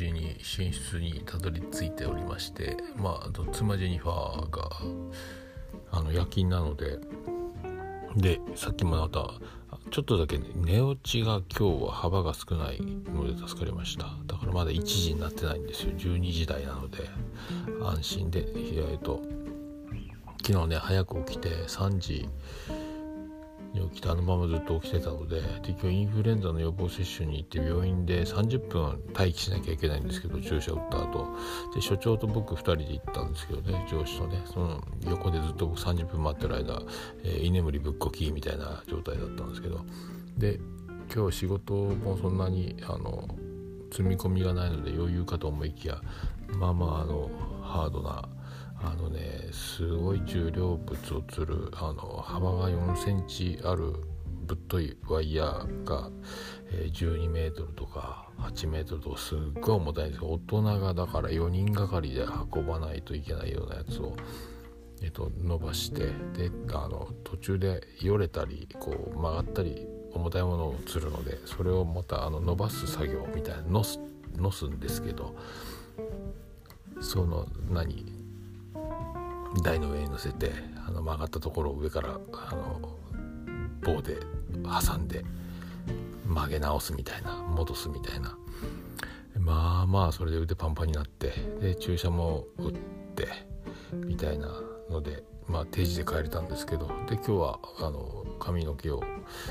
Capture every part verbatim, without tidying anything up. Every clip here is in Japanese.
事に寝室にたどり着いておりまして、まあ妻ジェニファーがあの夜勤なので、でさっきもまたちょっとだけ、ね、寝落ちが今日は幅が少ないので助かりました。だからまだいちじになってないんですよ。じゅうにじ台なので安心で、えっと昨日ね早く起きてさんじに起きてあのままずっと起きてたので、で今日インフルエンザの予防接種に行って病院でさんじゅっぷん待機しなきゃいけないんですけど、注射打った後で所長と僕ふたりで行ったんですけどね、上司とね、その横でずっと僕さんじゅっぷん待ってる間、えー、居眠りぶっこきみたいな状態だったんですけど、で今日仕事もそんなにあの積み込みがないので余裕かと思いきや、まあまああのハードなあのねすごい重量物を吊るあの幅がよんセンチあるぶっといワイヤーが、えー、じゅうにメートルとかはちメートルとかすっごい重たいんですよ。大人がだからよにんがかりで運ばないといけないようなやつを、えー、と伸ばして、であの途中でよれたりこう曲がったり重たいものを吊るので、それをまたあの伸ばす作業みたいなのすのすんですけど、その何台の上に乗せてあの曲がったところを上からあの棒で挟んで曲げ直すみたいな、戻すみたいな、まあまあそれで腕パンパンになって、で注射も打ってみたいなので、まあ定時で帰れたんですけど、で今日はあの髪の毛をと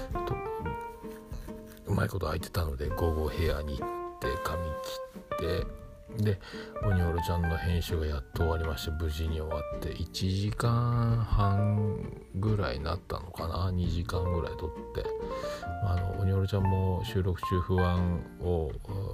うまいこと空いてたのでゴーゴーヘアに行って髪切って、でオニオロちゃんの編集がやっと終わりまして、無事に終わっていちじかんはんぐらいになったのかな、にじかんぐらい撮って、あのオニオロちゃんも収録中不安を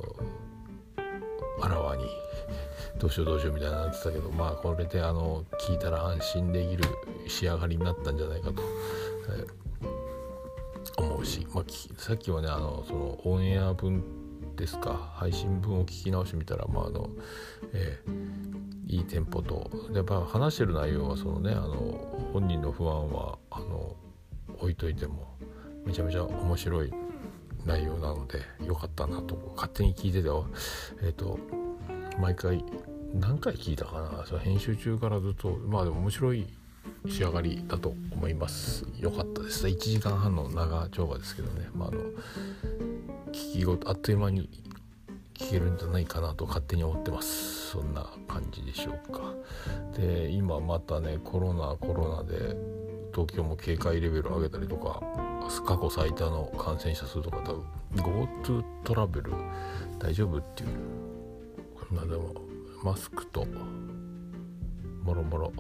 あらわにどうしようどうしようみたいになってたけど、まあこれであの聞いたら安心できる仕上がりになったんじゃないかと、えー、思うし、まあ、さっきはねあのそのオンエア分ですか配信分を聞き直してみたら、まああのえー、いいテンポと、やっぱ話してる内容はそのねあの本人の不安はあの置いといてもめちゃめちゃ面白い内容なのでよかったなと勝手に聞いてて、えっと毎回何回聞いたかな、その編集中からずっと、まあでも面白い仕上がりだと思います。よかったです。いちじかんはんの長丁場ですけどね、まああの聞きごとあっという間に聞けるんじゃないかなと勝手に思ってます。そんな感じでしょうか。で今またねコロナコロナで東京も警戒レベル上げたりとか、過去最多の感染者数とか、多分 GoTo トラベル大丈夫っていう、まあでもマスクともろもろ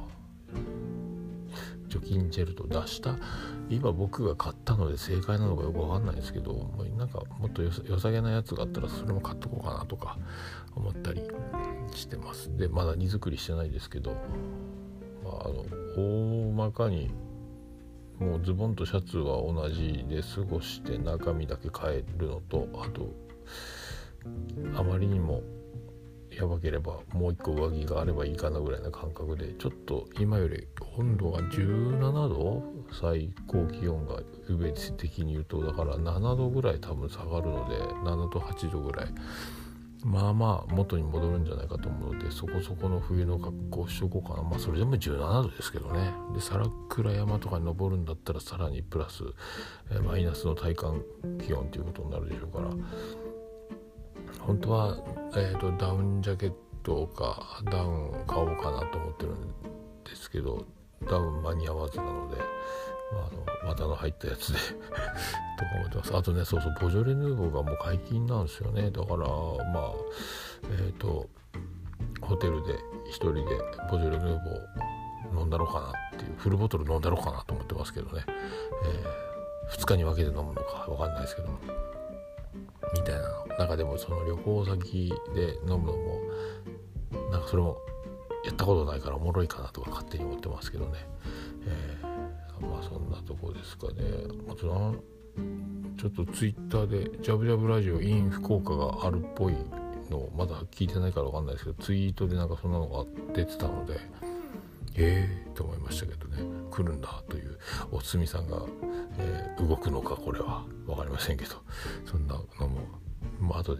除菌ジェルと出した、今僕が買ったので正解なのかよく分かんないですけど、なんかもっとよさ、良さげなやつがあったらそれも買っとこうかなとか思ったりしてます。でまだ荷造りしてないですけど、まあ、あの大まかにもうズボンとシャツは同じで過ごして中身だけ変えるのと、あとあまりにもやばければもう一個上着があればいいかなぐらいな感覚で、ちょっと今より温度がじゅうななど、最高気温がウベ的に言うとだからななどぐらい多分下がるので、ななどはちどぐらい、まあまあ元に戻るんじゃないかと思うので、そこそこの冬の格好をしとこうかな。まあそれでもじゅうななどですけどね。で皿倉山とかに登るんだったらさらにプラス、えー、マイナスの体感気温ということになるでしょうから、本当は、えーと、ダウンジャケットかダウン買おうかなと思ってるんですけど、ダウン間に合わずなので、まあ、あの股の入ったやつでとか思ってます。あとね、そうそうボジョレ・ヌーボーがもう解禁なんですよね。だからまあえっとホテルで一人でボジョレ・ヌーボー飲んだろうかなっていう、フルボトル飲んだろうかなと思ってますけどね、えー、ふつかに分けて飲むのか分かんないですけどみたいなの、なんかでもその旅行先で飲むのもなんかそれもやったことないからおもろいかなとか勝手に思ってますけどね、えー、まあそんなとこですかね。あとなちょっとツイッターでジャブジャブラジオ in 福岡があるっぽいのまだ聞いてないから分かんないですけど、ツイートでなんかそんなのが出てたのでえーと思いましたけどね、来るんだという、おつみさんが、えー、動くのかこれは分かりませんけど、そんなのも、まあ後で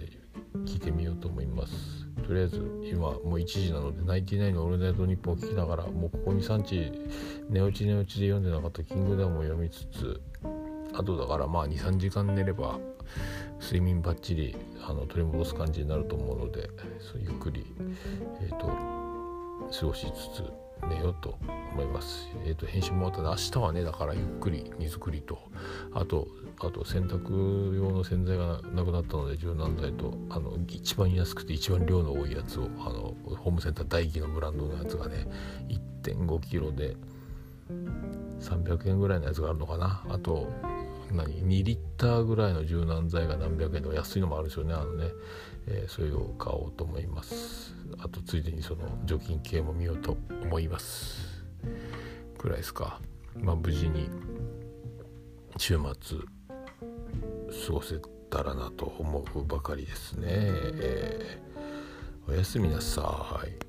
聞いてみようと思います。とりあえず今もういちじなのでナインティナインのオールナイトニッポンを聞きながら、もうここに、さんち寝落ち寝落ちで読んでなかったキングダムを読みつつ、あとだからまあ にさんじかん寝れば睡眠バッチリあの取り戻す感じになると思うので、そうゆっくり、えー、と過ごしつつ寝ようと思います。えー、と編集も終わったので、明日はねだからゆっくり荷造りと、あとあと洗濯用の洗剤がなくなったので柔軟剤と、あの一番安くて一番量の多いやつを、あのホームセンター大輝のブランドのやつがね いってんごキロでさんびゃくえんぐらいのやつがあるのかな。あと何にリッターぐらいの柔軟剤が何百円とか安いのもあるんですよね。あのね、えー、それを買おうと思います。あとついでにその除菌系も見ようと思いますくらいですか。まあ無事に週末過ごせたらなと思うばかりですね。えー、おやすみなさい。